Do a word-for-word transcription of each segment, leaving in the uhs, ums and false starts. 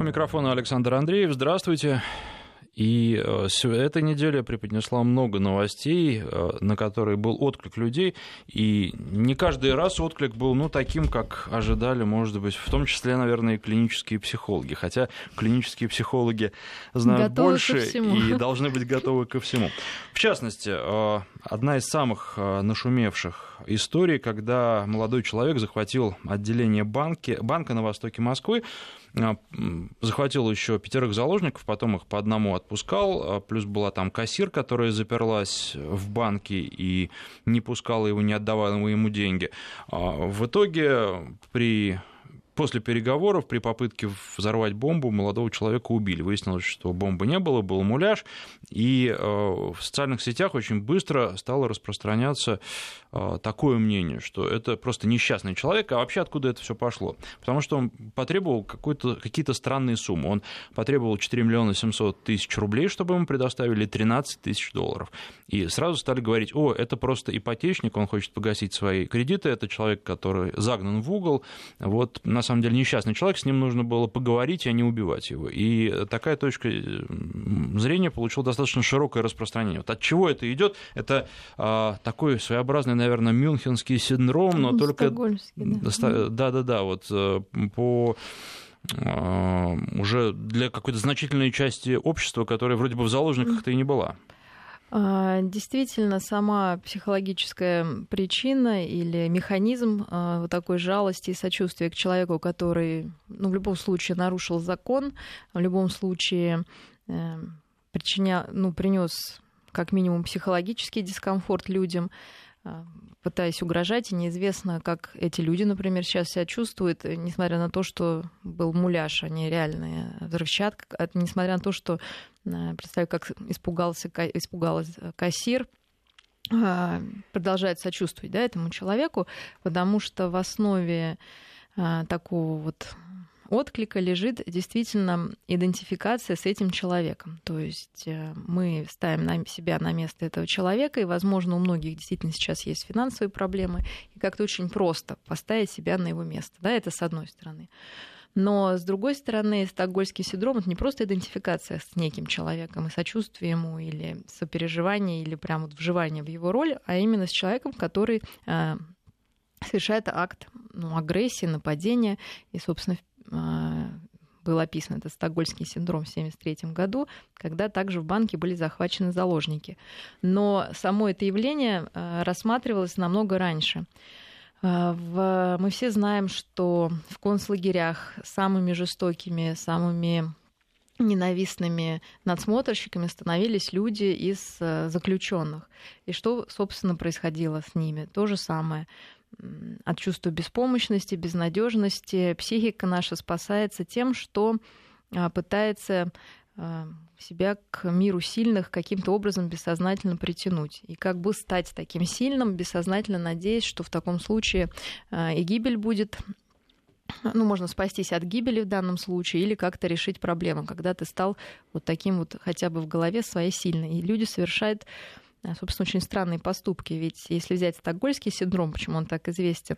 У микрофона Александр Андреев. Здравствуйте. И эта неделя преподнесла много новостей, на которые был отклик людей, и не каждый раз отклик был, ну, таким, как ожидали, может быть, в том числе, наверное, и клинические психологи, хотя клинические психологи знают готовы больше и должны быть готовы ко всему. В частности, одна из самых нашумевших историй, когда молодой человек захватил отделение банки, банка на востоке Москвы, захватил еще пятерых заложников, потом их по одному отпускал, плюс была там кассир, которая заперлась в банке и не пускала его, не отдавала ему деньги. В итоге при... После переговоров, при попытке взорвать бомбу, молодого человека убили. Выяснилось, что бомбы не было, был муляж. И в социальных сетях очень быстро стало распространяться такое мнение, что это просто несчастный человек. А вообще откуда это все пошло? Потому что он потребовал какие-то странные суммы. Он потребовал четыре миллиона семьсот тысяч рублей, чтобы ему предоставили тринадцать тысяч долларов. И сразу стали говорить: о, это просто ипотечник, он хочет погасить свои кредиты, это человек, который загнан в угол. Вот, на самом деле несчастный человек, с ним нужно было поговорить, а не убивать его. И такая точка зрения получила достаточно широкое распространение. Вот от чего это идет? Это а, такой своеобразный, наверное, мюнхенский синдром, но ну, только... Да. Да-да-да, вот по... уже для какой-то значительной части общества, которая вроде бы в заложниках-то и не была. Действительно, сама психологическая причина или механизм вот такой жалости и сочувствия к человеку, который, ну, в любом случае нарушил закон, в любом случае причиня, ну, принес как минимум психологический дискомфорт людям, пытаясь угрожать, и неизвестно, как эти люди, например, сейчас себя чувствуют, несмотря на то, что был муляж, а не реальная взрывчатка, несмотря на то, что, представь, как испугался, испугалась кассир, продолжает сочувствовать, да, этому человеку, потому что в основе такого вот отклика лежит действительно идентификация с этим человеком. То есть мы ставим себя на место этого человека, и, возможно, у многих действительно сейчас есть финансовые проблемы, и как-то очень просто поставить себя на его место. Да, это с одной стороны. Но, с другой стороны, стокгольмский синдром — это не просто идентификация с неким человеком и сочувствие ему, или сопереживание, или прям вот вживание в его роль, а именно с человеком, который э, совершает акт, ну, агрессии, нападения, и, собственно, был описан этот стокгольмский синдром в тысяча девятьсот семьдесят третьем году, когда также в банке были захвачены заложники. Но само это явление рассматривалось намного раньше. Мы все знаем, что в концлагерях самыми жестокими, самыми ненавистными надсмотрщиками становились люди из заключенных. И что, собственно, происходило с ними? То же самое. От чувства беспомощности, безнадежности психика наша спасается тем, что пытается себя к миру сильных каким-то образом бессознательно притянуть. И как бы стать таким сильным, бессознательно надеясь, что в таком случае и гибель будет, ну, можно спастись от гибели в данном случае, или как-то решить проблему, когда ты стал вот таким вот хотя бы в голове своей сильной. И люди совершают, собственно, очень странные поступки. Ведь если взять стокгольмский синдром, почему он так известен,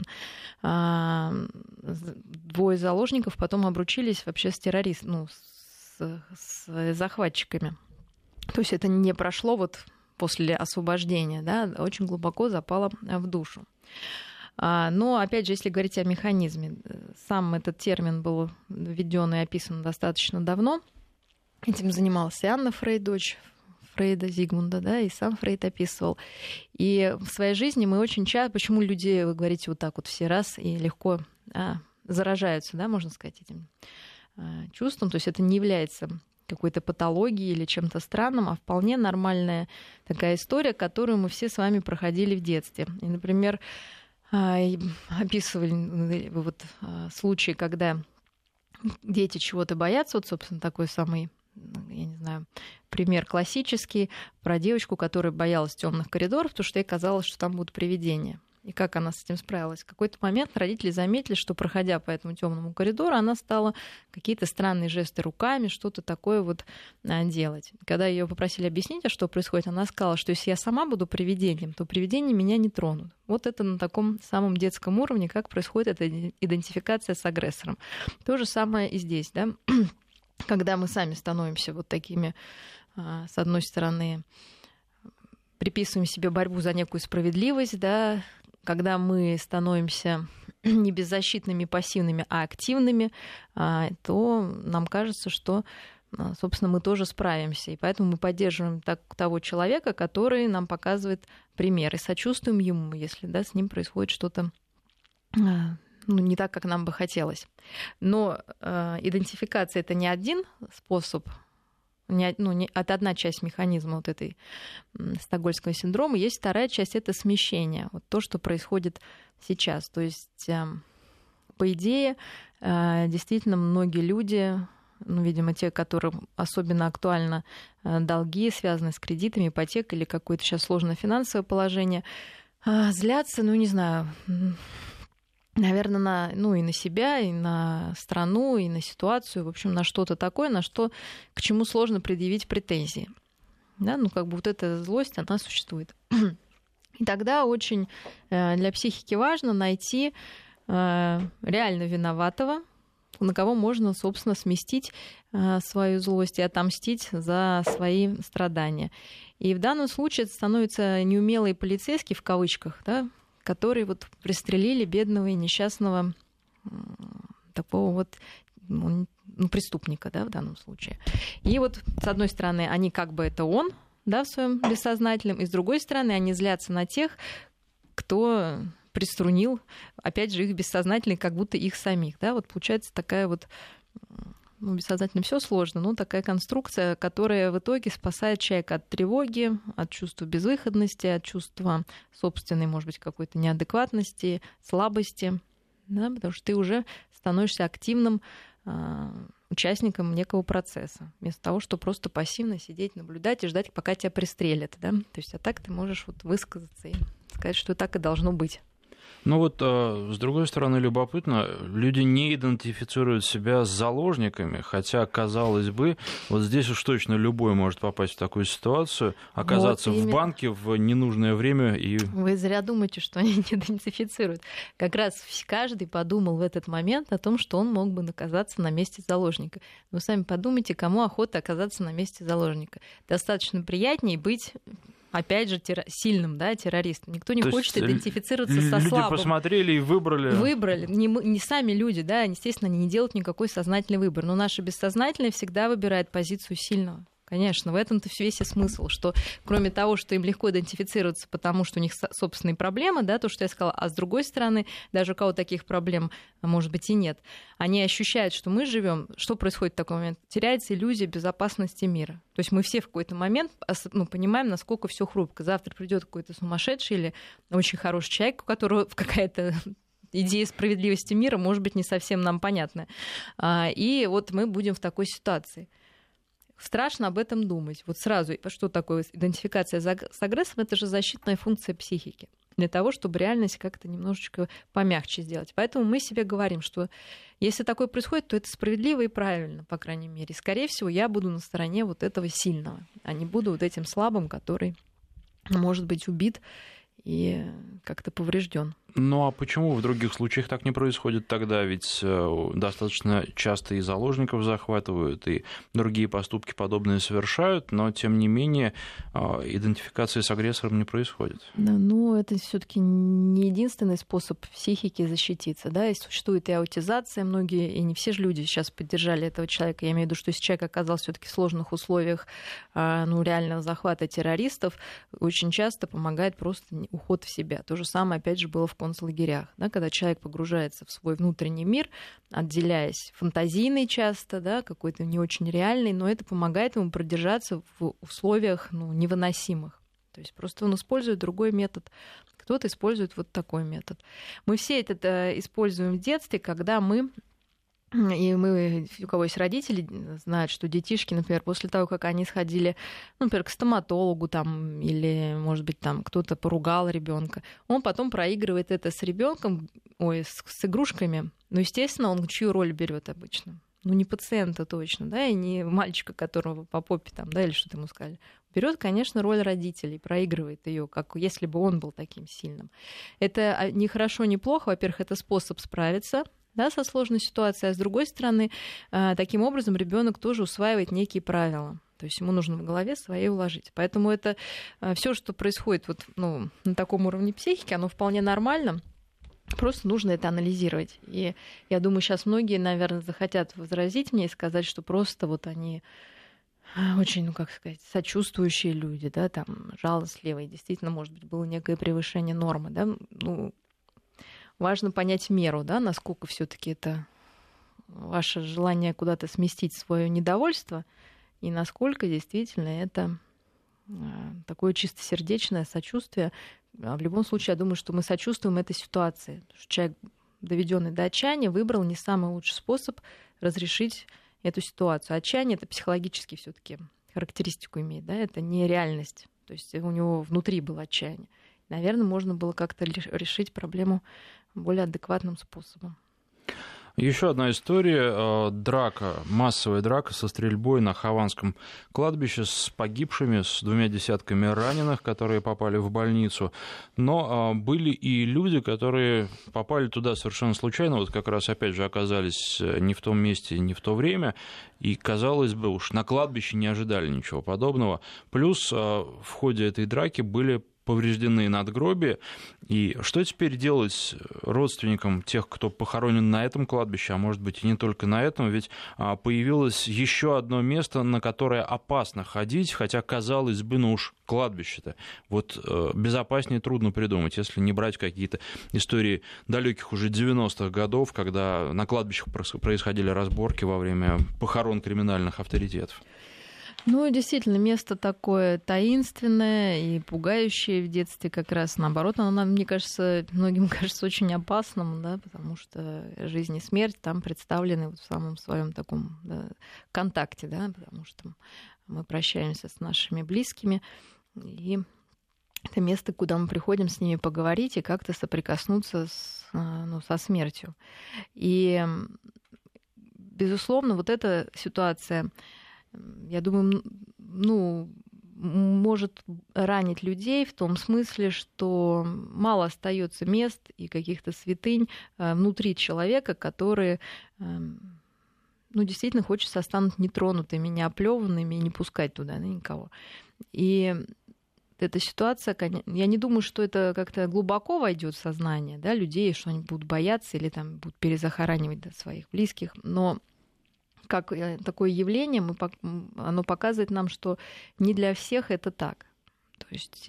двое заложников потом обручились вообще с террористами, ну, с, с захватчиками. То есть это не прошло вот после освобождения, да, очень глубоко запало в душу. Но, опять же, если говорить о механизме, сам этот термин был введен и описан достаточно давно. Этим занималась Анна Фрейд, дочь Фрейда, Зигмунда, да, и сам Фрейд описывал. И в своей жизни мы очень часто, почему люди, вы говорите, вот так вот все раз и легко а, заражаются, да, можно сказать, этим а, чувством, то есть это не является какой-то патологией или чем-то странным, а вполне нормальная такая история, которую мы все с вами проходили в детстве. И, например, а, описывали вот а, случаи, когда дети чего-то боятся, вот, собственно, такой самый, я не знаю, пример классический про девочку, которая боялась темных коридоров, потому что ей казалось, что там будут привидения. И как она с этим справилась? В какой-то момент родители заметили, что, проходя по этому темному коридору, она стала какие-то странные жесты руками, что-то такое вот делать. Когда ее попросили объяснить, а что происходит, она сказала, что если я сама буду привидением, то привидения меня не тронут. Вот это на таком самом детском уровне, как происходит эта идентификация с агрессором. То же самое и здесь, да? когда мы сами становимся вот такими, с одной стороны, приписываем себе борьбу за некую справедливость, да, когда мы становимся не беззащитными, пассивными, а активными, то нам кажется, что, собственно, мы тоже справимся. И поэтому мы поддерживаем так, того человека, который нам показывает пример, и сочувствуем ему, если, да, с ним происходит что-то, ну, не так, как нам бы хотелось. Но э, идентификация — это не один способ, не, ну, не, это одна часть механизма вот этой м, стокгольмского синдрома. Есть вторая часть — это смещение, вот то, что происходит сейчас. То есть, э, по идее, э, действительно многие люди, ну, видимо, те, которым особенно актуально э, долги, связанные с кредитами, ипотекой или какое-то сейчас сложное финансовое положение, э, злятся, ну, не знаю, наверное, на, ну, и на себя, и на страну, и на ситуацию, в общем, на что-то такое, на что, к чему сложно предъявить претензии. Да? Ну, как бы вот эта злость, она существует. И тогда очень для психики важно найти реально виноватого, на кого можно, собственно, сместить свою злость и отомстить за свои страдания. И в данном случае это становится неумелый полицейский, в кавычках, да, которые вот пристрелили бедного и несчастного такого вот, ну, преступника, да, в данном случае. И вот, с одной стороны, они как бы это он, да, в своем бессознательном, и с другой стороны, они злятся на тех, кто приструнил, опять же, их бессознательный, как будто их самих, да, вот получается такая вот, ну, бессознательно все сложно, но такая конструкция, которая в итоге спасает человека от тревоги, от чувства безвыходности, от чувства собственной, может быть, какой-то неадекватности, слабости, да, потому что ты уже становишься активным э, участником некого процесса, вместо того, чтобы просто пассивно сидеть, наблюдать и ждать, пока тебя пристрелят, да, то есть а так ты можешь вот высказаться и сказать, что так и должно быть. Ну вот, с другой стороны, любопытно, люди не идентифицируют себя с заложниками, хотя, казалось бы, вот здесь уж точно любой может попасть в такую ситуацию, оказаться вот в банке в ненужное время. И... Вы зря думаете, что они не идентифицируют. Как раз каждый подумал в этот момент о том, что он мог бы оказаться на месте заложника. Вы сами подумайте, кому охота оказаться на месте заложника. Достаточно приятнее быть... Опять же, терр... сильным, да, террористом. Никто не То хочет идентифицироваться со слабым. Люди посмотрели и выбрали. Выбрали. Не, мы, не сами люди, да, естественно, они не делают никакой сознательный выбор. Но наше бессознательное всегда выбирает позицию сильного. Конечно, в этом-то весь и смысл, что кроме того, что им легко идентифицироваться, потому что у них собственные проблемы, да, то, что я сказала, а с другой стороны, даже у кого таких проблем, может быть, и нет, они ощущают, что мы живем, что происходит в такой момент? Теряется иллюзия безопасности мира. То есть мы все в какой-то момент, ну, понимаем, насколько все хрупко. Завтра придет какой-то сумасшедший или очень хороший человек, у которого какая-то идея справедливости мира, может быть, не совсем нам понятна. И вот мы будем в такой ситуации. Страшно об этом думать. Вот сразу, что такое идентификация с агрессором? Это же защитная функция психики. Для того, чтобы реальность как-то немножечко помягче сделать. Поэтому мы себе говорим, что если такое происходит, то это справедливо и правильно, по крайней мере. И, скорее всего, я буду на стороне вот этого сильного, а не буду вот этим слабым, который может быть убит и как-то поврежден. Ну а почему в других случаях так не происходит тогда? Ведь достаточно часто и заложников захватывают, и другие поступки подобные совершают, но тем не менее идентификации с агрессором не происходит. Да, ну это все-таки не единственный способ психики защититься. Да? И существует и аутизация, многие, и не все же люди сейчас поддержали этого человека. Я имею в виду, что если человек оказался все-таки в сложных условиях, ну, реального захвата террористов, очень часто помогает просто уход в себя. То же самое, опять же, было в концлагерях, да, когда человек погружается в свой внутренний мир, отделяясь, фантазийный часто, да, какой-то не очень реальный, но это помогает ему продержаться в условиях, ну, невыносимых. То есть просто он использует другой метод, кто-то использует вот такой метод. Мы все это используем в детстве, когда мы И мы, у кого есть родители, знают, что детишки, например, после того, как они сходили, ну, например, к стоматологу там, или, может быть, там кто-то поругал ребенка, он потом проигрывает это с ребенком, ой, с, с игрушками. Ну, естественно, он чью роль берет обычно? Ну, не пациента точно, да, и не мальчика, которого по попе там, да, или что-то ему сказали. Берет, конечно, роль родителей, проигрывает ее, как если бы он был таким сильным. Это ни хорошо, ни плохо. Во-первых, это способ справиться да, со сложной ситуацией, а с другой стороны, таким образом ребенок тоже усваивает некие правила. То есть ему нужно в голове своей уложить. Поэтому это все, что происходит вот, ну, на таком уровне психики, оно вполне нормально. Просто нужно это анализировать. И я думаю, сейчас многие, наверное, захотят возразить мне и сказать, что просто вот они очень, ну, как сказать, сочувствующие люди, да, там, жалостливые. Действительно, может быть, было некое превышение нормы, да. Ну, важно понять меру, да, насколько все-таки это ваше желание куда-то сместить свое недовольство, и насколько действительно это такое чистосердечное сочувствие. В любом случае, я думаю, что мы сочувствуем этой ситуации. Потому что человек, доведенный до отчаяния, выбрал не самый лучший способ разрешить эту ситуацию. Отчаяние — это психологически все-таки характеристику имеет, да, это не реальность. То есть у него внутри было отчаяние. Наверное, можно было как-то решить проблему более адекватным способом. Еще одна история. Драка, массовая драка со стрельбой на Хованском кладбище с погибшими, с двумя десятками раненых, которые попали в больницу. Но были и люди, которые попали туда совершенно случайно, вот как раз опять же оказались не в том месте, не в то время, и, казалось бы, уж на кладбище не ожидали ничего подобного. Плюс в ходе этой драки были повреждены надгробия. И что теперь делать родственникам тех, кто похоронен на этом кладбище, а может быть и не только на этом, ведь появилось еще одно место, на которое опасно ходить, хотя, казалось бы, ну уж кладбище-то. Вот безопаснее трудно придумать, если не брать какие-то истории далеких уже девяностых годов, когда на кладбищах происходили разборки во время похорон криминальных авторитетов. Ну, действительно, место такое таинственное и пугающее в детстве как раз. Наоборот, оно, мне кажется, многим кажется очень опасным, да, потому что жизнь и смерть там представлены вот в самом своем таком, да, контакте, да, потому что мы прощаемся с нашими близкими, и это место, куда мы приходим с ними поговорить и как-то соприкоснуться с, ну, со смертью. И, безусловно, вот эта ситуация, я думаю, ну, может ранить людей в том смысле, что мало остается мест и каких-то святынь внутри человека, которые, ну, действительно хочется останутся нетронутыми, не оплеванными и не пускать туда, да, никого. И эта ситуация, я не думаю, что это как-то глубоко войдет в сознание, да, людей, что они будут бояться или там будут перезахоранивать, да, своих близких, но как такое явление, мы, оно показывает нам, что не для всех это так. То есть,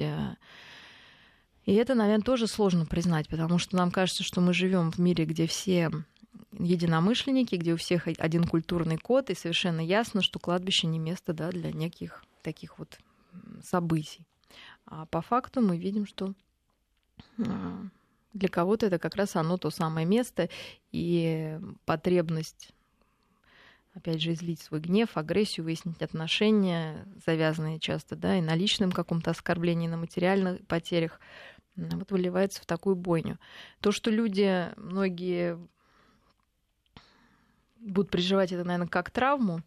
и это, наверное, тоже сложно признать, потому что нам кажется, что мы живем в мире, где все единомышленники, где у всех один культурный код, и совершенно ясно, что кладбище не место, да, для неких таких вот событий. А по факту мы видим, что для кого-то это как раз оно то самое место, и потребность, опять же, излить свой гнев, агрессию, выяснить отношения, завязанные часто, да, и на личном каком-то оскорблении, на материальных потерях, вот выливается в такую бойню. То, что люди, многие будут переживать это, наверное, как травму,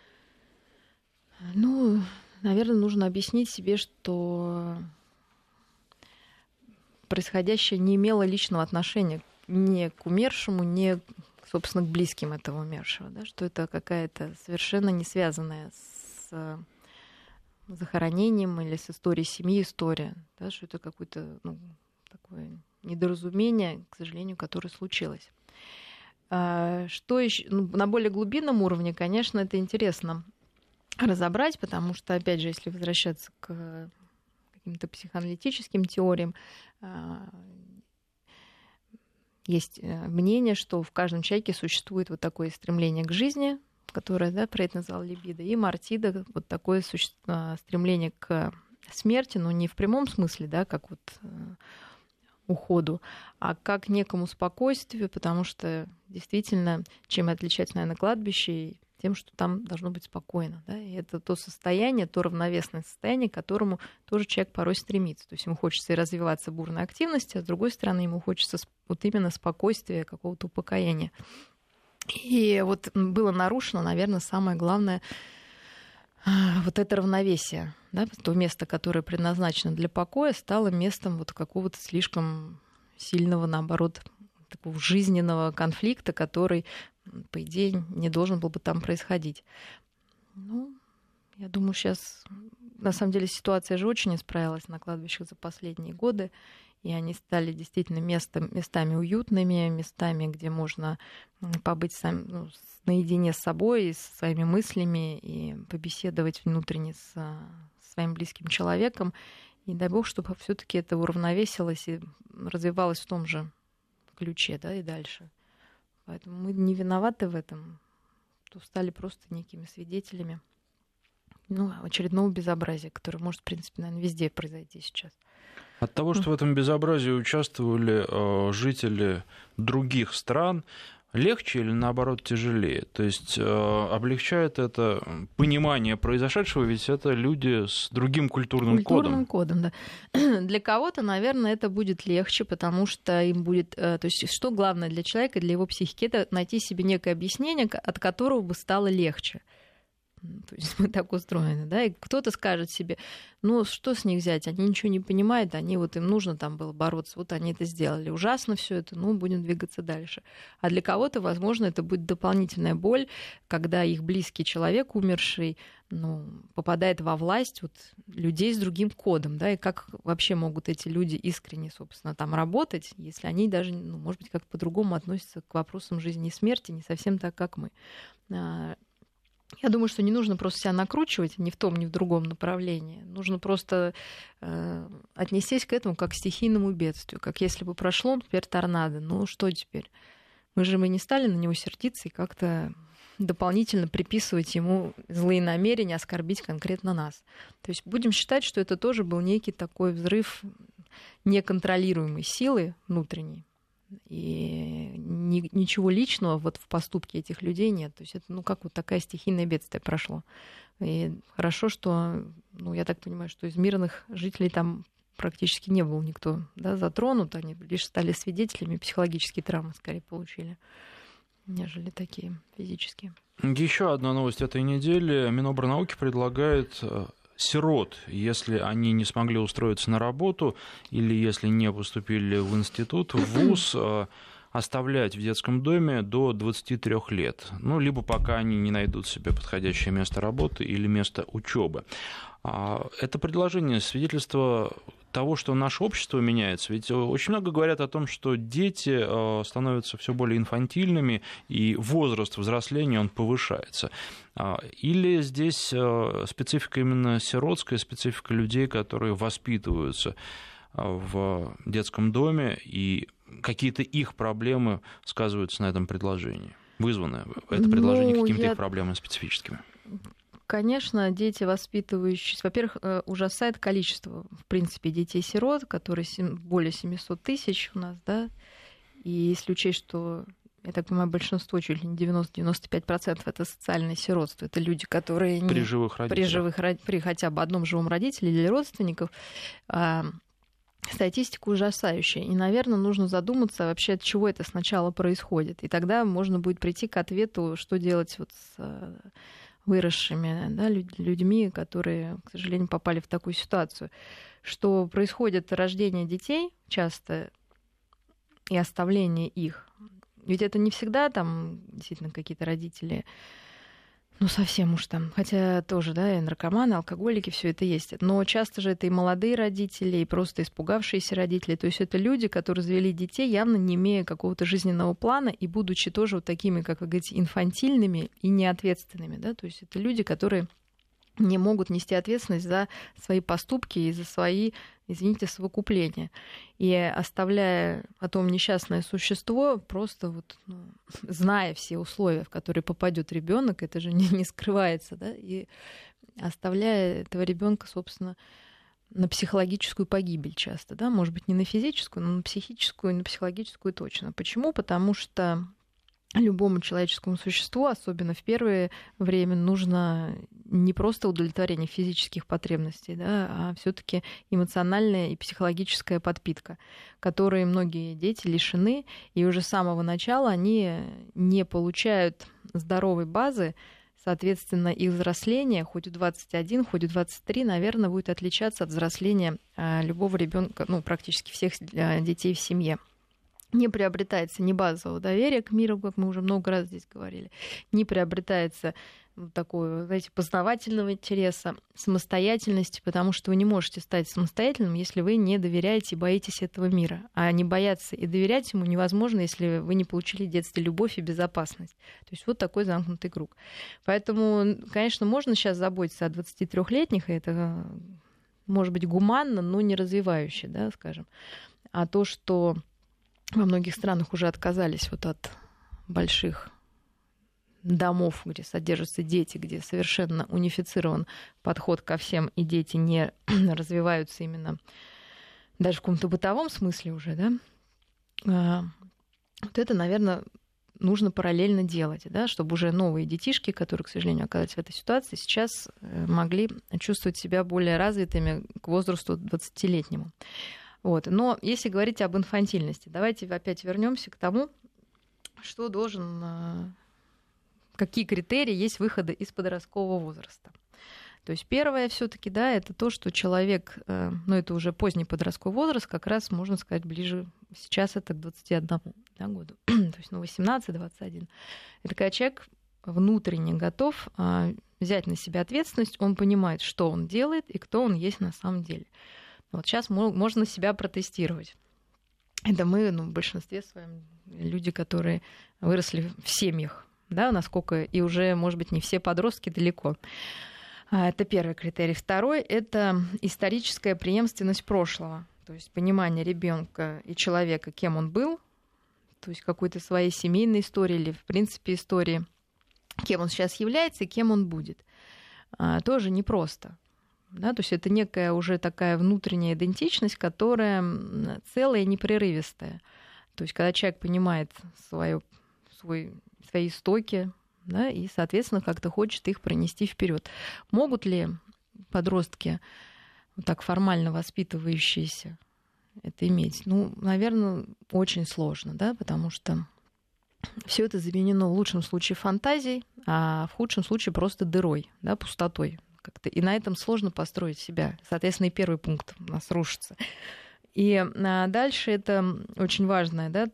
ну, наверное, нужно объяснить себе, что происходящее не имело личного отношения ни к умершему, ни, собственно, к близким этого умершего, да, что это какая-то совершенно не связанная с захоронением или с историей семьи история, да, что это какое-то, ну, такое недоразумение, к сожалению, которое случилось. Что еще? Ну, на более глубинном уровне, конечно, это интересно разобрать, потому что, опять же, если возвращаться к каким-то психоаналитическим теориям, есть мнение, что в каждом человеке существует вот такое стремление к жизни, которое, да, Фрейд назвал либидо, и Мартида вот такое суще... стремление к смерти, но не в прямом смысле, да, как вот уходу, а как некому спокойствию, потому что действительно, чем отличается, наверное, кладбище, тем, что там должно быть спокойно. Да? И это то состояние, то равновесное состояние, к которому тоже человек порой стремится. То есть ему хочется и развиваться в бурной активности, а с другой стороны ему хочется вот именно спокойствия, какого-то упокоения. И вот было нарушено, наверное, самое главное, вот это равновесие. Да? То место, которое предназначено для покоя, стало местом вот какого-то слишком сильного, наоборот, такого жизненного конфликта, который, по идее, не должен был бы там происходить. Ну, я думаю, сейчас, на самом деле, ситуация же очень исправилась на кладбищах за последние годы, и они стали действительно местом, местами уютными, местами, где можно побыть сам, ну, наедине с собой, с своими мыслями и побеседовать внутренне с своим близким человеком. И дай бог, чтобы все-таки это уравновесилось и развивалось в том же ключе, да, и дальше. Поэтому мы не виноваты в этом, то стали просто некими свидетелями, ну, очередного безобразия, которое может, в принципе, наверное, везде произойти сейчас. От того, что в этом безобразии участвовали э, жители других стран, легче или, наоборот, тяжелее? То есть э, облегчает это понимание произошедшего, ведь это люди с другим культурным, культурным кодом. кодом, да. Для кого-то, наверное, это будет легче, потому что им будет... То есть что главное для человека, для его психики, это найти себе некое объяснение, от которого бы стало легче. То есть мы так устроены, да, и кто-то скажет себе, ну, что с них взять, они ничего не понимают, они вот им нужно там было бороться, вот они это сделали, ужасно все это, ну, будем двигаться дальше. А для кого-то, возможно, это будет дополнительная боль, когда их близкий человек, умерший, ну, попадает во власть вот людей с другим кодом, да, и как вообще могут эти люди искренне, собственно, там работать, если они даже, ну, может быть, как-то по-другому относятся к вопросам жизни и смерти, не совсем так, как мы. Я думаю, что не нужно просто себя накручивать ни в том, ни в другом направлении. Нужно просто э, отнестись к этому как к стихийному бедствию, как если бы прошло, теперь торнадо. Ну что теперь? Мы же мы не стали на него сердиться и как-то дополнительно приписывать ему злые намерения, оскорбить конкретно нас. То есть будем считать, что это тоже был некий такой взрыв неконтролируемой силы внутренней. И ни, ничего личного вот в поступке этих людей нет. То есть это, ну, как вот такая стихийное бедствие прошло. И хорошо, что, ну, я так понимаю, что из мирных жителей там практически не был никто, да, затронут. Они лишь стали свидетелями, психологические травмы скорее получили, нежели такие физические. Еще одна новость этой недели. Минобрнауки предлагает сирот, если они не смогли устроиться на работу или если не поступили в институт, в вуз, оставлять в детском доме до двадцати трёх лет, ну, либо пока они не найдут себе подходящее место работы или место учебы. Это предложение свидетельство того, что наше общество меняется. Ведь очень много говорят о том, что дети становятся все более инфантильными, и возраст взросления он повышается. Или здесь специфика именно сиротская, специфика людей, которые воспитываются в детском доме, и какие-то их проблемы сказываются на этом предложении? Вызваны это предложение ну, какими-то я... их проблемами специфическими? Конечно, дети, воспитывающиеся... Во-первых, ужасает количество, в принципе, детей-сирот, которые более семьсот тысяч у нас, да, и если учесть, что, я так понимаю, большинство, чуть ли не девяносто - девяносто пять процентов это социальное сиротство, это люди, которые... При не... живых родителях. При, живых, при хотя бы одном живом родителе или родственников. Статистика ужасающая. И, наверное, нужно задуматься вообще, от чего это сначала происходит. И тогда можно будет прийти к ответу, что делать вот с выросшими, да, людьми, которые, к сожалению, попали в такую ситуацию. Что происходит рождение детей часто и оставление их. Ведь это не всегда там действительно какие-то родители... Ну, совсем уж там. Хотя тоже, да, и наркоманы, алкоголики, все это есть. Но часто же это и молодые родители, и просто испугавшиеся родители. То есть это люди, которые завели детей, явно не имея какого-то жизненного плана, и будучи тоже вот такими, как вы говорите, инфантильными и неответственными. Да? То есть это люди, которые не могут нести ответственность за свои поступки и за свои, извините, совокупления. И оставляя потом несчастное существо, просто вот, ну, зная все условия, в которые попадет ребенок, это же не, не скрывается, да, и оставляя этого ребенка, собственно, на психологическую погибель часто, да, может быть, не на физическую, но на психическую и на психологическую точно. Почему? Потому что любому человеческому существу, особенно в первое время, нужно не просто удовлетворение физических потребностей, да, а все-таки эмоциональная и психологическая подпитка, которой многие дети лишены, и уже с самого начала они не получают здоровой базы. Соответственно, их взросление, хоть в двадцать один, хоть в двадцать три, наверное, будет отличаться от взросления любого ребенка, ну, практически всех детей в семье. не приобретается ни базового доверия к миру, как мы уже много раз здесь говорили, не приобретается такого, знаете, познавательного интереса, самостоятельности, потому что вы не можете стать самостоятельным, если вы не доверяете и боитесь этого мира. А не бояться и доверять ему невозможно, если вы не получили в детстве любовь и безопасность. То есть вот такой замкнутый круг. Поэтому, конечно, можно сейчас заботиться о двадцатитрёхлетних, и это может быть гуманно, но не развивающе, да, скажем. А то, что во многих странах уже отказались вот от больших домов, где содержатся дети, где совершенно унифицирован подход ко всем, и дети не развиваются именно даже в каком-то бытовом смысле уже, да, вот это, наверное, нужно параллельно делать, да, чтобы уже новые детишки, которые, к сожалению, оказались в этой ситуации, сейчас могли чувствовать себя более развитыми к возрасту двадцатилетнему. Вот. Но если говорить об инфантильности, давайте опять вернемся к тому, что должен, какие критерии есть выхода из подросткового возраста. То есть первое все-таки, да, это то, что человек, ну это уже поздний подростковый возраст, как раз можно сказать ближе, сейчас это к двадцати одному, да, году, то есть ну, восемнадцать двадцать один. Это когда человек внутренне готов взять на себя ответственность, он понимает, что он делает и кто он есть на самом деле. Вот сейчас можно себя протестировать. Это мы, ну, в большинстве своем люди, которые выросли в семьях, да, насколько, и уже, может быть, не все подростки далеко. Это первый критерий. Второй — это историческая преемственность прошлого, то есть понимание ребенка и человека, кем он был, то есть какой-то своей семейной истории или, в принципе, истории, кем он сейчас является и кем он будет. Тоже непросто. Да, то есть это некая уже такая внутренняя идентичность, которая целая и непрерывистая. То есть когда человек понимает свою, свой, свои истоки, да, и, соответственно, как-то хочет их пронести вперед. Могут ли подростки, вот так формально воспитывающиеся, это иметь? Ну, наверное, очень сложно, да, потому что все это заменено в лучшем случае фантазией, а в худшем случае просто дырой, да, пустотой. Как-то. И на этом сложно построить себя. Соответственно, и первый пункт у нас рушится. И а дальше это очень важное, да,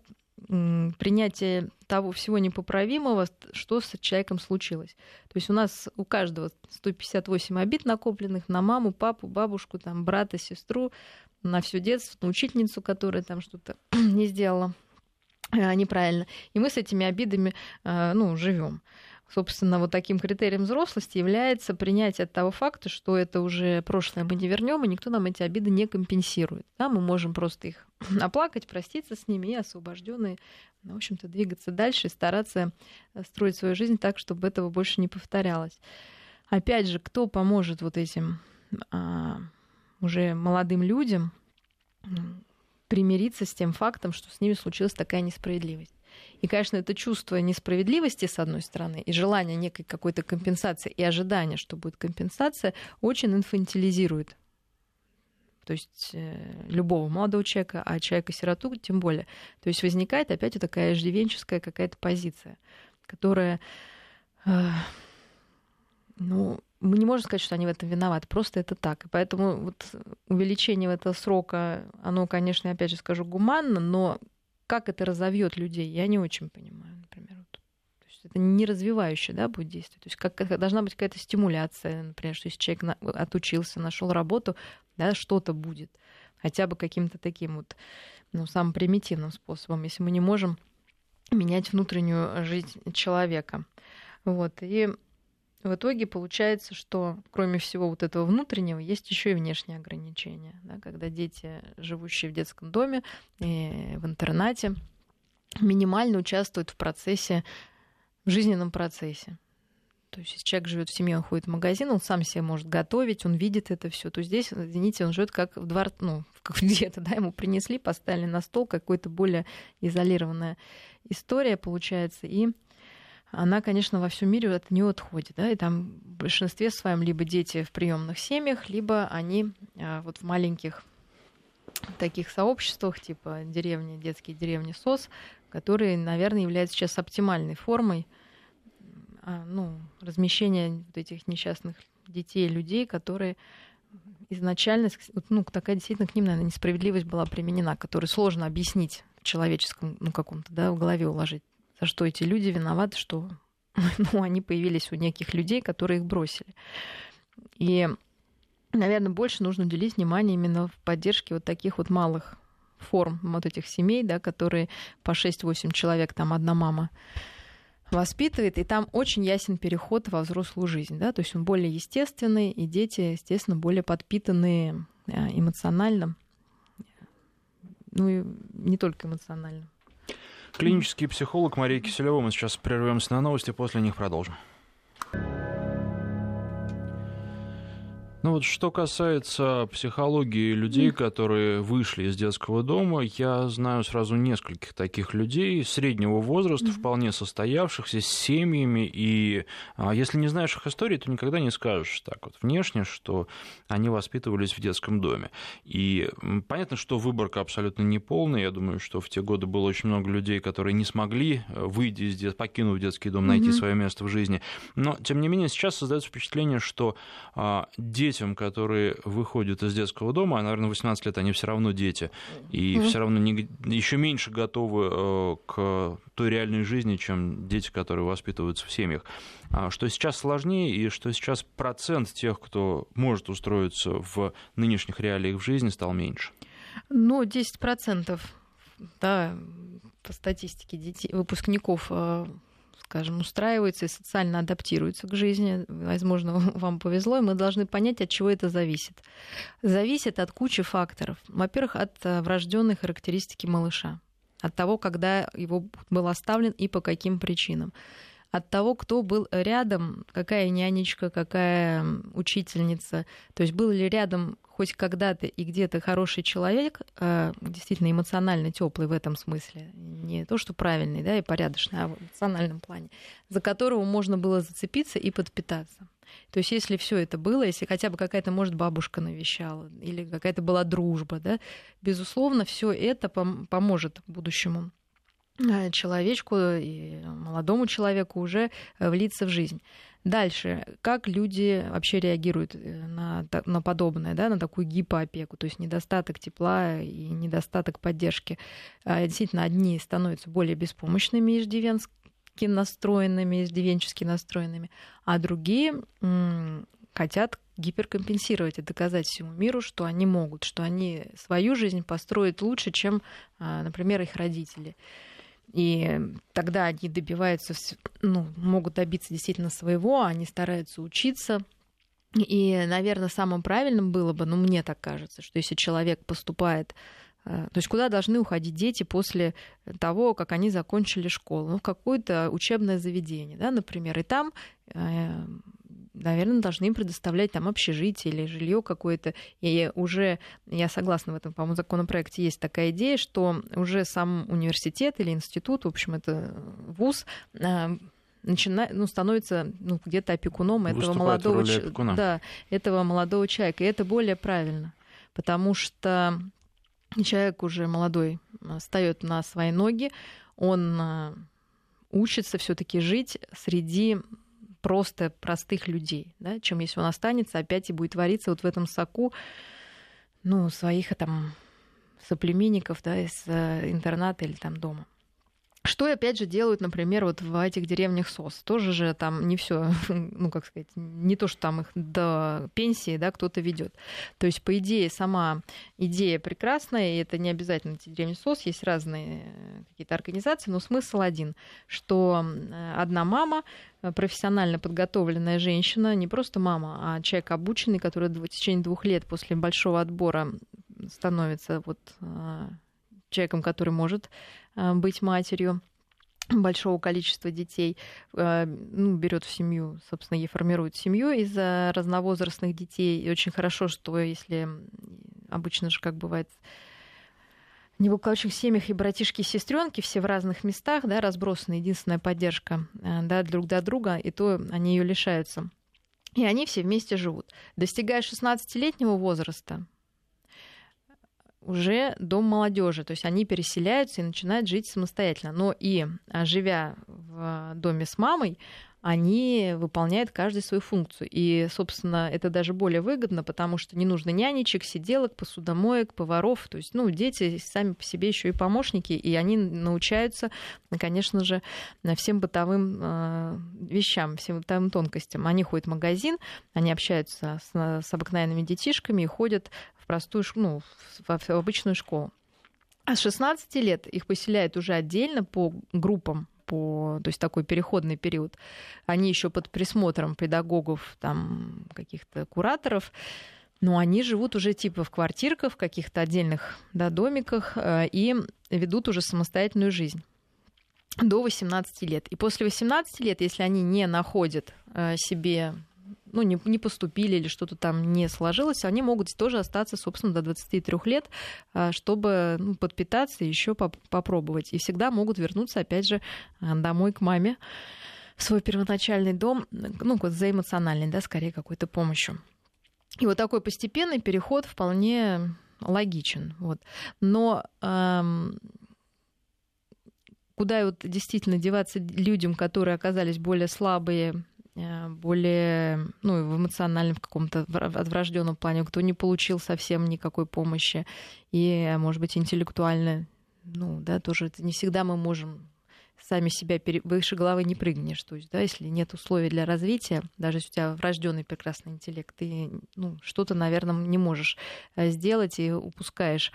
принятие того всего непоправимого, что с человеком случилось. То есть у нас у каждого сто пятьдесят восемь обид накопленных на маму, папу, бабушку, там, брата, сестру, на все детство, на учительницу, которая там что-то не сделала неправильно. И мы с этими обидами, ну, живем. Собственно, вот таким критерием взрослости является принятие того факта, что это уже прошлое мы не вернем, и никто нам эти обиды не компенсирует. Да, мы можем просто их оплакать, проститься с ними и освобожденные, ну, в общем-то, двигаться дальше и стараться строить свою жизнь так, чтобы этого больше не повторялось. Опять же, кто поможет вот этим а, уже молодым людям примириться с тем фактом, что с ними случилась такая несправедливость? И, конечно, это чувство несправедливости, с одной стороны, и желание некой какой-то компенсации, и ожидание, что будет компенсация, очень инфантилизирует. То есть любого молодого человека, а человека-сироту тем более. То есть возникает опять вот такая иждивенческая какая-то позиция, которая... Э, ну, мы не можем сказать, что они в этом виноваты, просто это так. И поэтому вот увеличение этого срока, оно, конечно, опять же скажу, гуманно, но как это разовьет людей, я не очень понимаю, например. Вот. То есть это не развивающее, да, будет действие. То есть как, должна быть какая-то стимуляция, например, что если человек на, отучился, нашел работу, да, что-то будет. Хотя бы каким-то таким вот, ну, самым примитивным способом, если мы не можем менять внутреннюю жизнь человека. Вот. И в итоге получается, что кроме всего вот этого внутреннего есть еще и внешние ограничения. Да, когда дети, живущие в детском доме и в интернате, минимально участвуют в процессе, в жизненном процессе. То есть если человек живет в семье, он ходит в магазин, он сам себе может готовить, он видит это все. То здесь, извините, он живет как в дворце, ну, как где-то, да, ему принесли, поставили на стол, какая-то более изолированная история получается, и она, конечно, во всем мире от нее отходит. Да? И там в большинстве своем либо дети в приемных семьях, либо они вот в маленьких таких сообществах, типа деревни, детские деревни СОС, которые, наверное, являются сейчас оптимальной формой ну, размещения вот этих несчастных детей, людей, которые изначально, ну, такая действительно к ним, наверное, несправедливость была применена, которую сложно объяснить человеческом, ну, каком-то, да, в голове уложить, за что эти люди виноваты, что ну, они появились у неких людей, которые их бросили. И, наверное, больше нужно уделить внимание именно в поддержке вот таких вот малых форм вот этих семей, да, которые по шесть-восемь человек, там одна мама воспитывает, и там очень ясен переход во взрослую жизнь, да, то есть он более естественный, и дети, естественно, более подпитанные эмоционально, ну и не только эмоционально. Клинический психолог Мария Киселева. Мы сейчас прервемся на новости, после них продолжим. Ну вот что касается психологии людей, которые вышли из детского дома, я знаю сразу нескольких таких людей среднего возраста, mm-hmm. вполне состоявшихся, с семьями, и а, если не знаешь их истории, то никогда не скажешь так вот внешне, что они воспитывались в детском доме. И понятно, что выборка абсолютно неполная, я думаю, что в те годы было очень много людей, которые не смогли, выйти из детства, покинув детский дом, найти mm-hmm. свое место в жизни, но, тем не менее, сейчас создается впечатление, что а, дети, детям, которые выходят из детского дома, а, наверное, восемнадцать лет, они все равно дети, и mm-hmm. все равно не, еще меньше готовы э, к той реальной жизни, чем дети, которые воспитываются в семьях. А, что сейчас сложнее, и что сейчас процент тех, кто может устроиться в нынешних реалиях в жизни, стал меньше. Ну, десять процентов, да, по статистике детей, выпускников, скажем, устраиваются и социально адаптируются к жизни. Возможно, вам повезло, и мы должны понять, от чего это зависит. Зависит от кучи факторов. Во-первых, от врожденной характеристики малыша, от того, когда его был оставлен и по каким причинам, от того, кто был рядом, какая нянечка, какая учительница, то есть был ли рядом хоть когда-то и где-то хороший человек, действительно эмоционально теплый в этом смысле, не то, что правильный, да, и порядочный, а в эмоциональном плане, за которого можно было зацепиться и подпитаться. То есть если все это было, если хотя бы какая-то, может, бабушка навещала, или какая-то была дружба, да, безусловно, все это поможет будущему человечку и молодому человеку уже влиться в жизнь. Дальше, как люди вообще реагируют на, на подобное, да, на такую гипоопеку, то есть недостаток тепла и недостаток поддержки. Действительно, одни становятся более беспомощными, иждивенски настроенными, иждивенчески настроенными, а другие м- хотят гиперкомпенсировать и доказать всему миру, что они могут, что они свою жизнь построят лучше, чем, например, их родители. И тогда они добиваются, ну, могут добиться действительно своего, они стараются учиться. И, наверное, самым правильным было бы, ну, мне так кажется, что если человек поступает... То есть куда должны уходить дети после того, как они закончили школу? Ну, в какое-то учебное заведение, да, например. И там... наверное, должны им предоставлять там общежитие или жилье какое-то. И уже, я согласна в этом, по-моему, законопроекте есть такая идея, что уже сам университет или институт, в общем, это вуз, начинает, ну, становится, ну, где-то опекуном этого молодого, да, этого молодого человека. И это более правильно, потому что человек уже молодой встает на свои ноги, он учится все-таки жить среди просто простых людей, да, чем если он останется опять и будет вариться вот в этом соку, ну, своих там соплеменников, да, из интерната или там дома. Что, опять же, делают, например, вот в этих деревнях СОС. Тоже же там не все, ну, как сказать, не то, что там их до пенсии, да, кто-то ведет. То есть, по идее, сама идея прекрасная, и это не обязательно эти деревни СОС, есть разные какие-то организации, но смысл один, что одна мама, профессионально подготовленная женщина, не просто мама, а человек обученный, который в течение двух лет после большого отбора становится вот человеком, который может быть матерью большого количества детей, ну, берет в семью, собственно, ей формирует семью из разновозрастных детей. И очень хорошо, что если обычно же, как бывает, в неблагополучных семьях и братишки, и сестренки все в разных местах, да, разбросаны, единственная поддержка, да, друг для друга, и то они ее лишаются. И они все вместе живут. Достигая шестнадцатилетнего возраста, уже дом молодежи, то есть они переселяются и начинают жить самостоятельно. Но и живя в доме с мамой, они выполняют каждый свою функцию. И, собственно, это даже более выгодно, потому что не нужно нянечек, сиделок, посудомоек, поваров. То есть, ну, дети сами по себе еще и помощники, и они научаются, конечно же, всем бытовым э, вещам, всем бытовым тонкостям. Они ходят в магазин, они общаются с, с обыкновенными детишками и ходят в простую, ну, в, в обычную школу. А с шестнадцати лет их поселяют уже отдельно по группам, по, то есть такой переходный период. Они еще под присмотром педагогов, там, каких-то кураторов, но они живут уже типа в квартирках, в каких-то отдельных, да, домиках и ведут уже самостоятельную жизнь до восемнадцати лет. И после восемнадцати лет, если они не находят себе, ну, не, не поступили или что-то там не сложилось, они могут тоже остаться, собственно, до двадцати трёх лет, чтобы, ну, подпитаться и еще поп- попробовать. И всегда могут вернуться, опять же, домой к маме, в свой первоначальный дом, ну, за эмоциональной, да, скорее, какой-то помощью. И вот такой постепенный переход вполне логичен. Вот. Но эм, куда вот действительно деваться людям, которые оказались более слабые, более, ну, в эмоциональном в каком-то врожденном плане, кто не получил совсем никакой помощи, и, может быть, интеллектуально, ну, да, тоже это не всегда мы можем сами себя пере... выше головы не прыгнешь, то есть, да, если нет условий для развития, даже если у тебя врожденный прекрасный интеллект, ты, ну, что-то, наверное, не можешь сделать и упускаешь.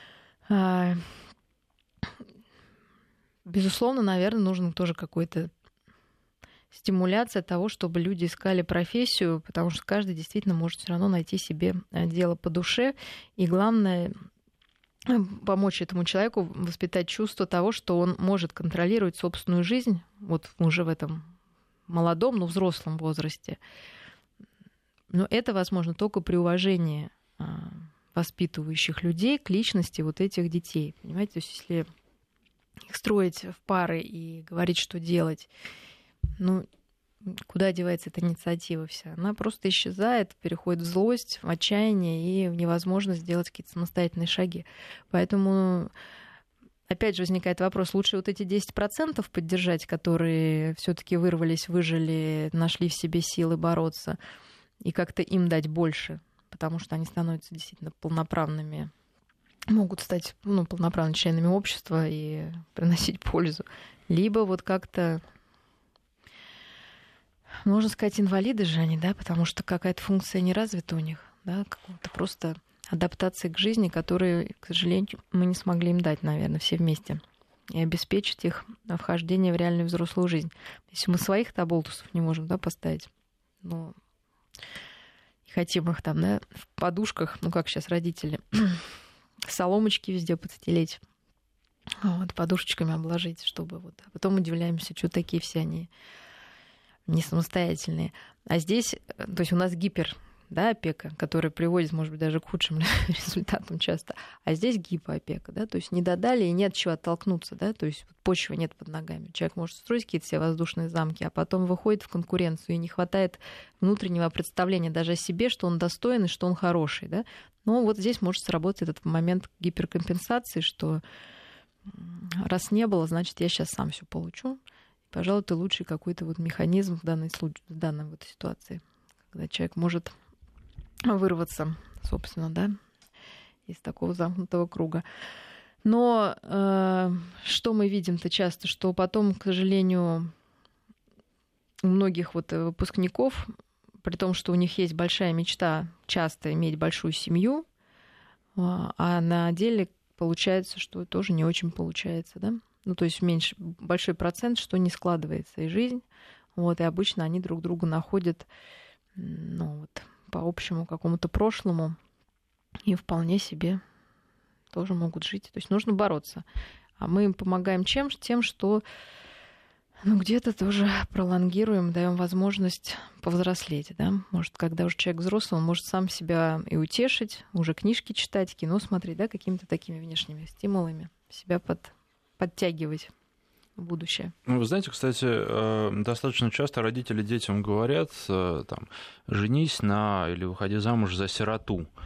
Безусловно, наверное, нужен тоже какой-то стимуляция того, чтобы люди искали профессию, потому что каждый действительно может все равно найти себе дело по душе. И главное, помочь этому человеку воспитать чувство того, что он может контролировать собственную жизнь вот уже в этом молодом, но взрослом возрасте. Но это возможно только при уважении воспитывающих людей к личности вот этих детей. Понимаете, то есть если их строить в пары и говорить, что делать, ну, куда девается эта инициатива вся? Она просто исчезает, переходит в злость, в отчаяние и в невозможность сделать какие-то самостоятельные шаги. Поэтому, опять же, возникает вопрос, лучше вот эти десять процентов поддержать, которые все-таки вырвались, выжили, нашли в себе силы бороться, и как-то им дать больше, потому что они становятся действительно полноправными, могут стать, ну, полноправными членами общества и приносить пользу. Либо вот как-то, можно сказать, инвалиды же они, да, потому что какая-то функция не развита у них, да, какого-то просто адаптации к жизни, которую, к сожалению, мы не смогли им дать, наверное, все вместе, и обеспечить их вхождение в реальную взрослую жизнь. Если мы своих-то оболтусов не можем, да, поставить, ну, и хотим их там, да, в подушках, ну, как сейчас родители, соломочки везде подстелить, вот, подушечками обложить, чтобы вот, а потом удивляемся, что такие все они не самостоятельные. А здесь, то есть у нас гипер, да, опека, которая приводит, может быть, даже к худшим результатам часто, а здесь гипоопека, да, то есть не додали и нет чего оттолкнуться, да, то есть почвы нет под ногами. Человек может строить какие-то все воздушные замки, а потом выходит в конкуренцию, и не хватает внутреннего представления даже о себе, что он достоин и что он хороший, да. Но вот здесь может сработать этот момент гиперкомпенсации, что раз не было, значит, я сейчас сам все получу. Пожалуй, это лучший какой-то вот механизм в данной, случае, в данной вот ситуации, когда человек может вырваться, собственно, да, из такого замкнутого круга. Но э, что мы видим-то часто, что потом, к сожалению, у многих вот выпускников, при том, что у них есть большая мечта часто иметь большую семью, а на деле получается, что тоже не очень получается, да? Ну, то есть меньше, большой процент, что не складывается и жизнь. Вот, и обычно они друг друга находят, ну, вот, по общему какому-то прошлому и вполне себе тоже могут жить. То есть нужно бороться. А мы им помогаем чем? Тем, что, ну, где-то тоже пролонгируем, даем возможность повзрослеть, да. Может, когда уже человек взрослый, он может сам себя и утешить, уже книжки читать, кино смотреть, да, какими-то такими внешними стимулами себя под подтягивать в будущее. Вы знаете, кстати, достаточно часто родители детям говорят, там, женись на или выходи замуж за сироту.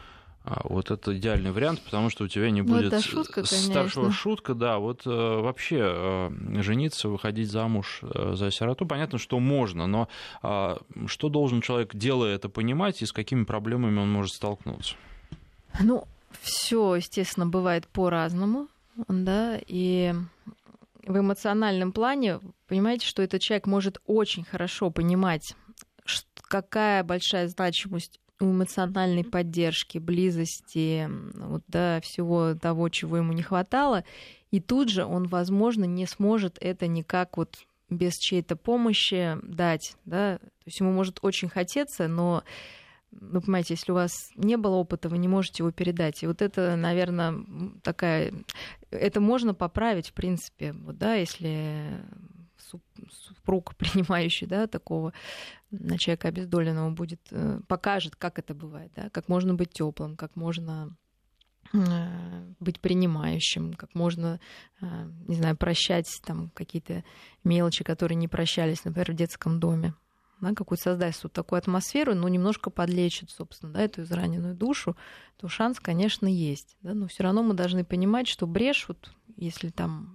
Вот это идеальный вариант, потому что у тебя не будет ну, это шутка, старшего шутка. Да, вот вообще жениться, выходить замуж за сироту, понятно, что можно, но что должен человек, делая это, понимать, и с какими проблемами он может столкнуться? Ну, все, естественно, бывает по-разному, да, и в эмоциональном плане, понимаете, что этот человек может очень хорошо понимать, какая большая значимость эмоциональной поддержки, близости, вот, да, всего того, чего ему не хватало, и тут же он, возможно, не сможет это никак вот без чьей-то помощи дать, да, то есть ему может очень хотеться, но, вы понимаете, если у вас не было опыта, вы не можете его передать, и вот это, наверное, такая, это можно поправить, в принципе, вот, да, если супруг, принимающий, да, такого человека обездоленного, будет, покажет, как это бывает, да, как можно быть теплым, как можно быть принимающим, как можно, не знаю, прощать там какие-то мелочи, которые не прощались, например, в детском доме, да, какую-то создать вот такую атмосферу, но немножко подлечит, собственно, да, эту израненную душу, то шанс, конечно, есть, да, но все равно мы должны понимать, что брешь, вот если там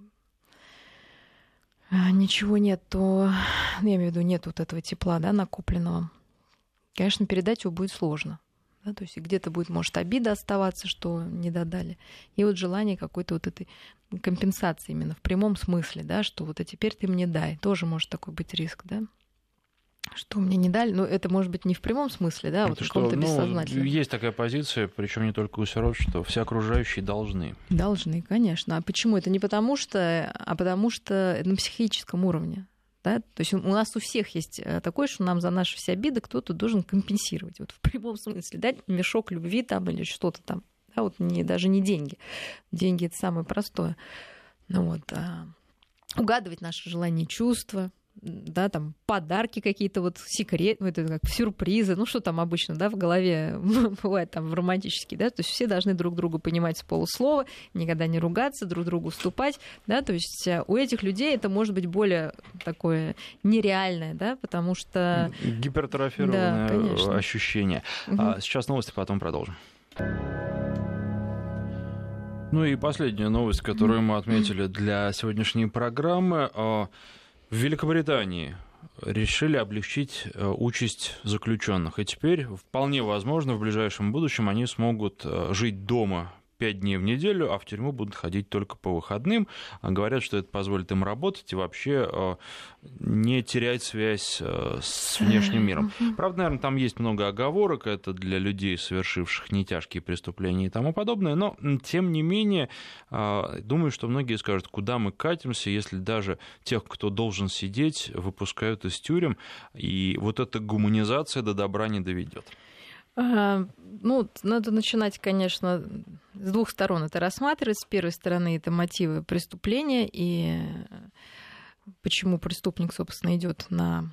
ничего нет, то, я имею в виду, нет вот этого тепла, да, накопленного, конечно, передать его будет сложно. Да, то есть где-то будет, может, обида оставаться, что не додали. И вот желание какой-то вот этой компенсации именно в прямом смысле, да, что вот а теперь ты мне дай. Тоже может такой быть риск, да. Что мне не дали, но это может быть не в прямом смысле, да, а вот в каком-то ну, бессознательном. Есть такая позиция, причем не только у сирот, что все окружающие должны. Должны, конечно. А почему? Это не потому что, а потому что на психическом уровне. Да? То есть у нас у всех есть такое, что нам за наши все обиды кто-то должен компенсировать. Вот в прямом смысле, дать мешок любви там или что-то там. Да? Вот не, даже не деньги. Деньги — это самое простое. Ну, вот, а угадывать наши желания и чувства, да, там подарки какие-то, вот секрет, ну, это как сюрпризы, ну, что там обычно, да, в голове бывает там романтические, да, то есть все должны друг друга понимать с полуслова, никогда не ругаться, друг другу уступать, да, то есть у этих людей это может быть более такое нереальное, да, потому что... Гипертрофированное да, ощущение. Угу. А сейчас новости, потом продолжим. Ну и последняя новость, которую мы отметили для сегодняшней программы. В Великобритании решили облегчить участь заключенных, и теперь вполне возможно в ближайшем будущем они смогут жить дома пять дней в неделю, а в тюрьму будут ходить только по выходным. Говорят, что это позволит им работать и вообще не терять связь с внешним миром. Правда, наверное, там есть много оговорок, это для людей, совершивших нетяжкие преступления и тому подобное, но, тем не менее, думаю, что многие скажут, куда мы катимся, если даже тех, кто должен сидеть, выпускают из тюрем, и вот эта гуманизация до добра не доведет. Ну, надо начинать, конечно, с двух сторон это рассматривать. С первой стороны, это мотивы преступления и почему преступник, собственно, идет на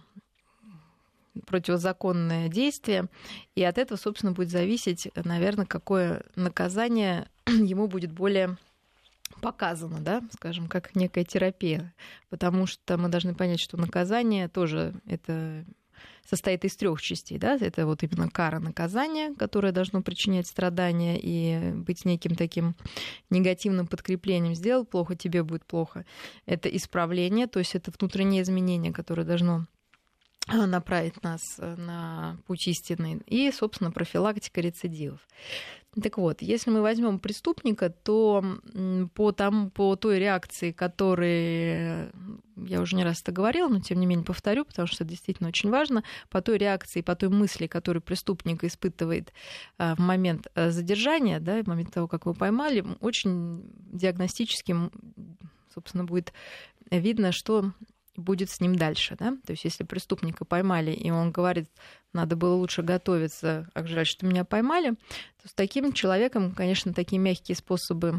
противозаконное действие. И от этого, собственно, будет зависеть, наверное, какое наказание ему будет более показано, да, скажем, как некая терапия. Потому что мы должны понять, что наказание тоже это... состоит из трех частей. Да? Это вот именно кара наказания, которое должно причинять страдания и быть неким таким негативным подкреплением. Сделал плохо, тебе будет плохо. Это исправление, то есть это внутреннее изменение, которое должно направить нас на путь истины. И, собственно, профилактика рецидивов. Так вот, если мы возьмем преступника, то по, тому, по той реакции, которой, я уже не раз это говорила, но тем не менее повторю, потому что это действительно очень важно, по той реакции, по той мысли, которую преступник испытывает в момент задержания, да, в момент того, как его поймали, очень диагностически, собственно, будет видно, что будет с ним дальше. Да? То есть если преступника поймали, и он говорит, надо было лучше готовиться, ах, жаль, что меня поймали, то с таким человеком, конечно, такие мягкие способы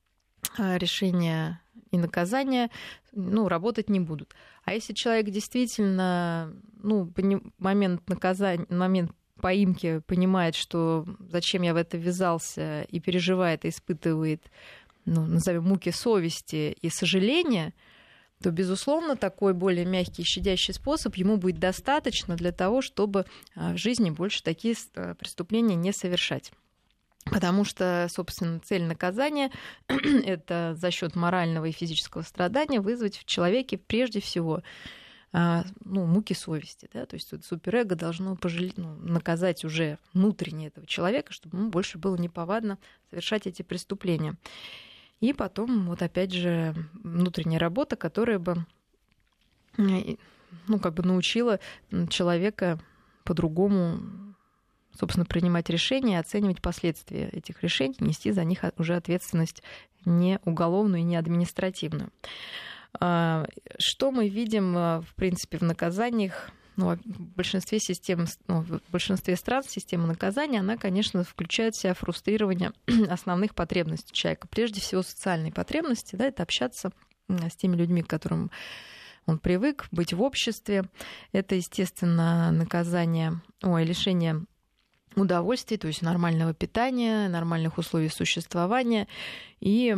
решения и наказания ну, работать не будут. А если человек действительно ну, момент наказания, момент поимки понимает, что зачем я в это ввязался, и переживает, и испытывает, ну, назовем, муки совести и сожаления, то, безусловно, такой более мягкий, щадящий способ ему будет достаточно для того, чтобы в жизни больше такие преступления не совершать. Потому что, собственно, цель наказания — это за счет морального и физического страдания вызвать в человеке прежде всего ну, муки совести. Да? То есть вот суперэго должно пожалеть, ну, наказать уже внутренне этого человека, чтобы ему больше было неповадно совершать эти преступления. И потом, вот опять же, внутренняя работа, которая бы ну, как бы научила человека по-другому, собственно, принимать решения, оценивать последствия этих решений, нести за них уже ответственность не уголовную и не административную. Что мы видим, в принципе, в наказаниях? Ну, в большинстве систем, ну, в большинстве стран система наказания, она, конечно, включает в себя фрустрирование основных потребностей человека. Прежде всего, социальные потребности, да, это общаться с теми людьми, к которым он привык, быть в обществе. Это, естественно, наказание, ой, лишение удовольствий, то есть нормального питания, нормальных условий существования и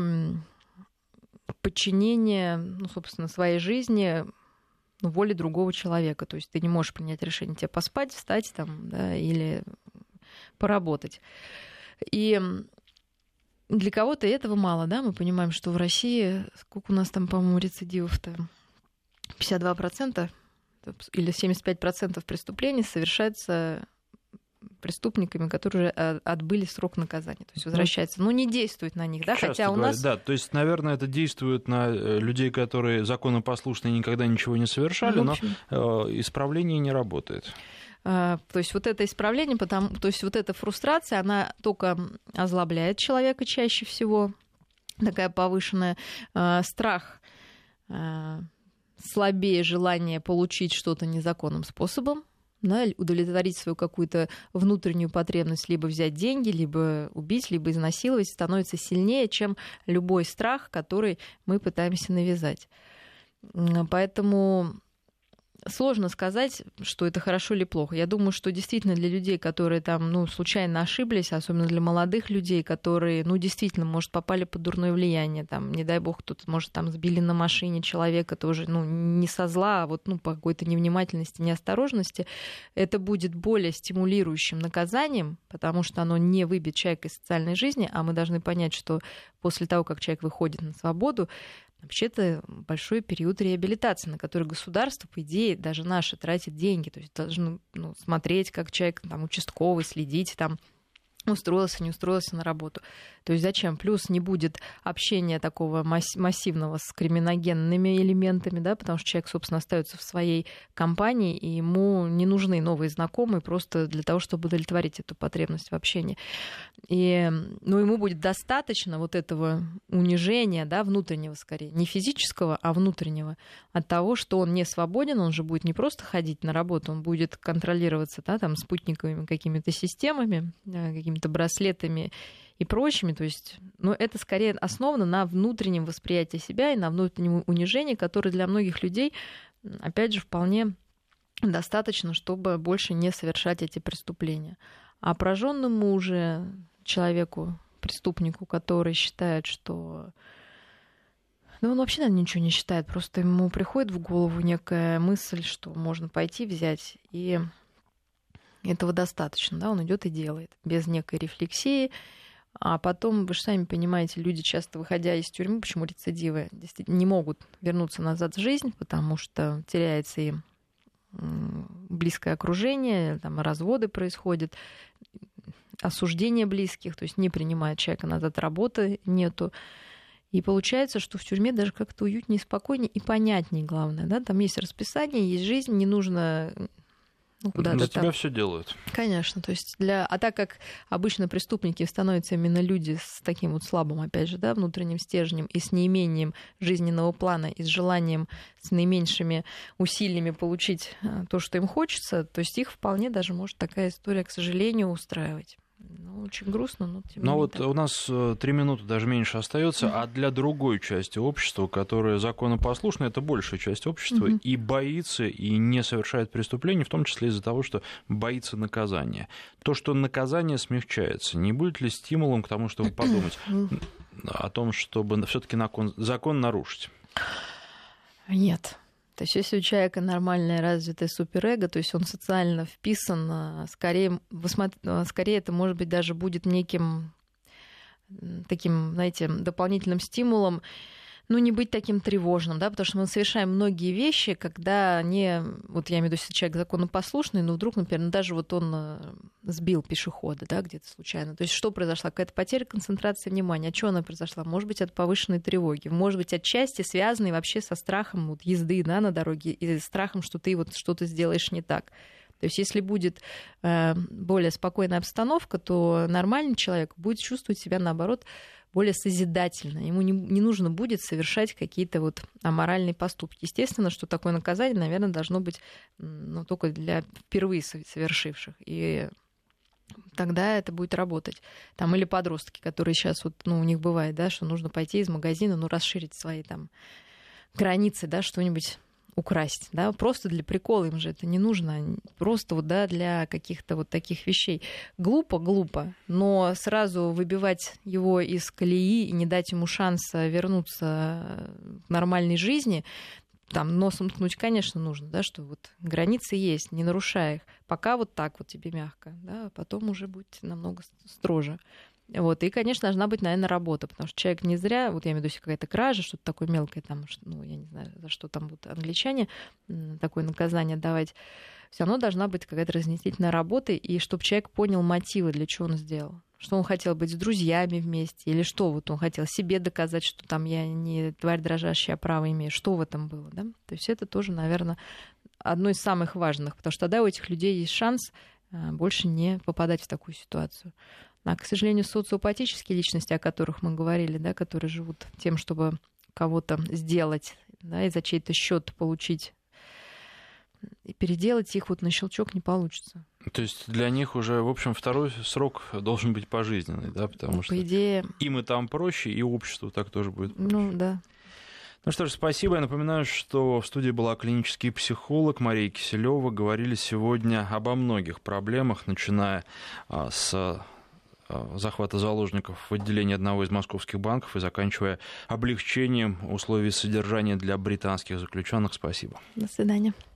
подчинение, ну, собственно, своей жизни ну, воле другого человека. То есть ты не можешь принять решение тебе поспать, встать там, да, или поработать. И для кого-то этого мало, да, мы понимаем, что в России, сколько у нас там, по-моему, рецидивов-то, пятьдесят два процента или семьдесят пять процентов преступлений совершается преступниками, которые уже отбыли срок наказания, то есть возвращаются, но не действует на них, да, Часто хотя у говорят, нас... Да, то есть, наверное, это действует на людей, которые законопослушны и никогда ничего не совершали, ну, общем... но э, исправление не работает. То есть вот это исправление, потому, то есть вот эта фрустрация, она только озлобляет человека чаще всего, такая повышенная, э, страх, э, слабее желание получить что-то незаконным способом, да, удовлетворить свою какую-то внутреннюю потребность, либо взять деньги, либо убить, либо изнасиловать, становится сильнее, чем любой страх, который мы пытаемся навязать. Поэтому сложно сказать, что это хорошо или плохо. Я думаю, что действительно для людей, которые там, ну, случайно ошиблись, особенно для молодых людей, которые, ну, действительно, может, попали под дурное влияние, там, не дай бог, кто-то, может, там, сбили на машине человека тоже, ну, не со зла, а вот, ну, по какой-то невнимательности, неосторожности, это будет более стимулирующим наказанием, потому что оно не выбьет человека из социальной жизни, а мы должны понять, что после того, как человек выходит на свободу, вообще-то большой период реабилитации, на который государство, по идее, даже наше, тратит деньги. То есть должно ну, смотреть, как человек там, участковый, следить, там, устроился, не устроился на работу. То есть зачем? Плюс не будет общения такого массивного с криминогенными элементами, да, потому что человек, собственно, остается в своей компании, и ему не нужны новые знакомые просто для того, чтобы удовлетворить эту потребность в общении. И, ну, ему будет достаточно вот этого унижения, да, внутреннего скорее, не физического, а внутреннего, от того, что он не свободен, он же будет не просто ходить на работу, он будет контролироваться, да, там, спутниковыми какими-то системами, какими-то браслетами и прочими. То есть, ну, это скорее основано на внутреннем восприятии себя и на внутреннем унижении, которое для многих людей, опять же, вполне достаточно, чтобы больше не совершать эти преступления. А пораженному уже человеку, преступнику, который считает, что... Ну, он вообще, наверное, ничего не считает, просто ему приходит в голову некая мысль, что можно пойти взять, и этого достаточно, да, он идет и делает, без некой рефлексии. А потом, вы же сами понимаете, люди, часто выходя из тюрьмы, почему рецидивы, действительно не могут вернуться назад в жизнь, потому что теряется им близкое окружение, там разводы происходят, осуждение близких, то есть не принимает человека назад, работы нету. И получается, что в тюрьме даже как-то уютнее, спокойнее и понятнее, главное. Да? Там есть расписание, есть жизнь, не нужно... Ну, куда-то за там. тебя все делают. Конечно, то есть для... А так как обычно преступники становятся именно люди с таким вот слабым, опять же, да, внутренним стержнем и с неимением жизненного плана, и с желанием с наименьшими усилиями получить то, что им хочется, то есть их вполне даже может такая история, к сожалению, устраивать. Ну, очень грустно, но тем не менее. Но вот так. У нас три минуты, даже меньше остается, mm-hmm. а для другой части общества, которая законопослушна, это большая часть общества, mm-hmm. и боится, и не совершает преступлений, в том числе из-за того, что боится наказания. То, что наказание смягчается, не будет ли стимулом к тому, чтобы подумать о том, чтобы все-таки закон нарушить? Нет. То есть если у человека нормальное развитое суперэго, то есть он социально вписан, скорее, скорее это, может быть, даже будет неким таким, знаете, дополнительным стимулом, ну, не быть таким тревожным, да, потому что мы совершаем многие вещи, когда не, вот я имею в виду, если человек законопослушный, но вдруг, например, ну, даже вот он сбил пешехода, да, где-то случайно. То есть что произошла? Какая-то потеря концентрации внимания. От чего она произошла? Может быть, от повышенной тревоги, может быть, отчасти связанной вообще со страхом вот, езды, да, на дороге и страхом, что ты вот что-то сделаешь не так. То есть если будет э, более спокойная обстановка, то нормальный человек будет чувствовать себя, наоборот, более созидательно. Ему не, не нужно будет совершать какие-то вот аморальные поступки. Естественно, что такое наказание, наверное, должно быть ну, только для впервые совершивших. И тогда это будет работать. Там, или подростки, которые сейчас, вот, ну, у них бывает, да, что нужно пойти из магазина, ну, расширить свои там границы, да, что-нибудь украсть, да, просто для прикола, им же это не нужно, просто вот, да, для каких-то вот таких вещей. Глупо, глупо, но сразу выбивать его из колеи и не дать ему шанса вернуться к нормальной жизни, там носом ткнуть, конечно, нужно, да, что вот границы есть, не нарушая их. Пока вот так вот тебе мягко, да, а потом уже будет намного строже. Вот. И, конечно, должна быть, наверное, работа, потому что человек не зря, вот я имею в виду, если какая-то кража, что-то такое мелкое, там, ну, я не знаю, за что там будут англичане такое наказание давать, все равно должна быть какая-то разъяснительная работа, и чтобы человек понял мотивы, для чего он сделал. Что он хотел быть с друзьями вместе, или что вот он хотел себе доказать, что там я не тварь дрожащая, а право имею, что в этом было, да? То есть это тоже, наверное, одно из самых важных, потому что тогда у этих людей есть шанс больше не попадать в такую ситуацию. А, к сожалению, социопатические личности, о которых мы говорили, да, которые живут тем, чтобы кого-то сделать, да, и за чей-то счет получить, и переделать их вот на щелчок не получится. То есть для них уже, в общем, второй срок должен быть пожизненный, да, потому По что идее... им и там проще, и обществу так тоже будет проще. Ну, да. Ну что ж, спасибо. Я напоминаю, что в студии была клинический психолог Мария Киселева. Говорили сегодня обо многих проблемах, начиная с захвата заложников в отделении одного из московских банков и заканчивая облегчением условий содержания для британских заключенных. Спасибо. До свидания.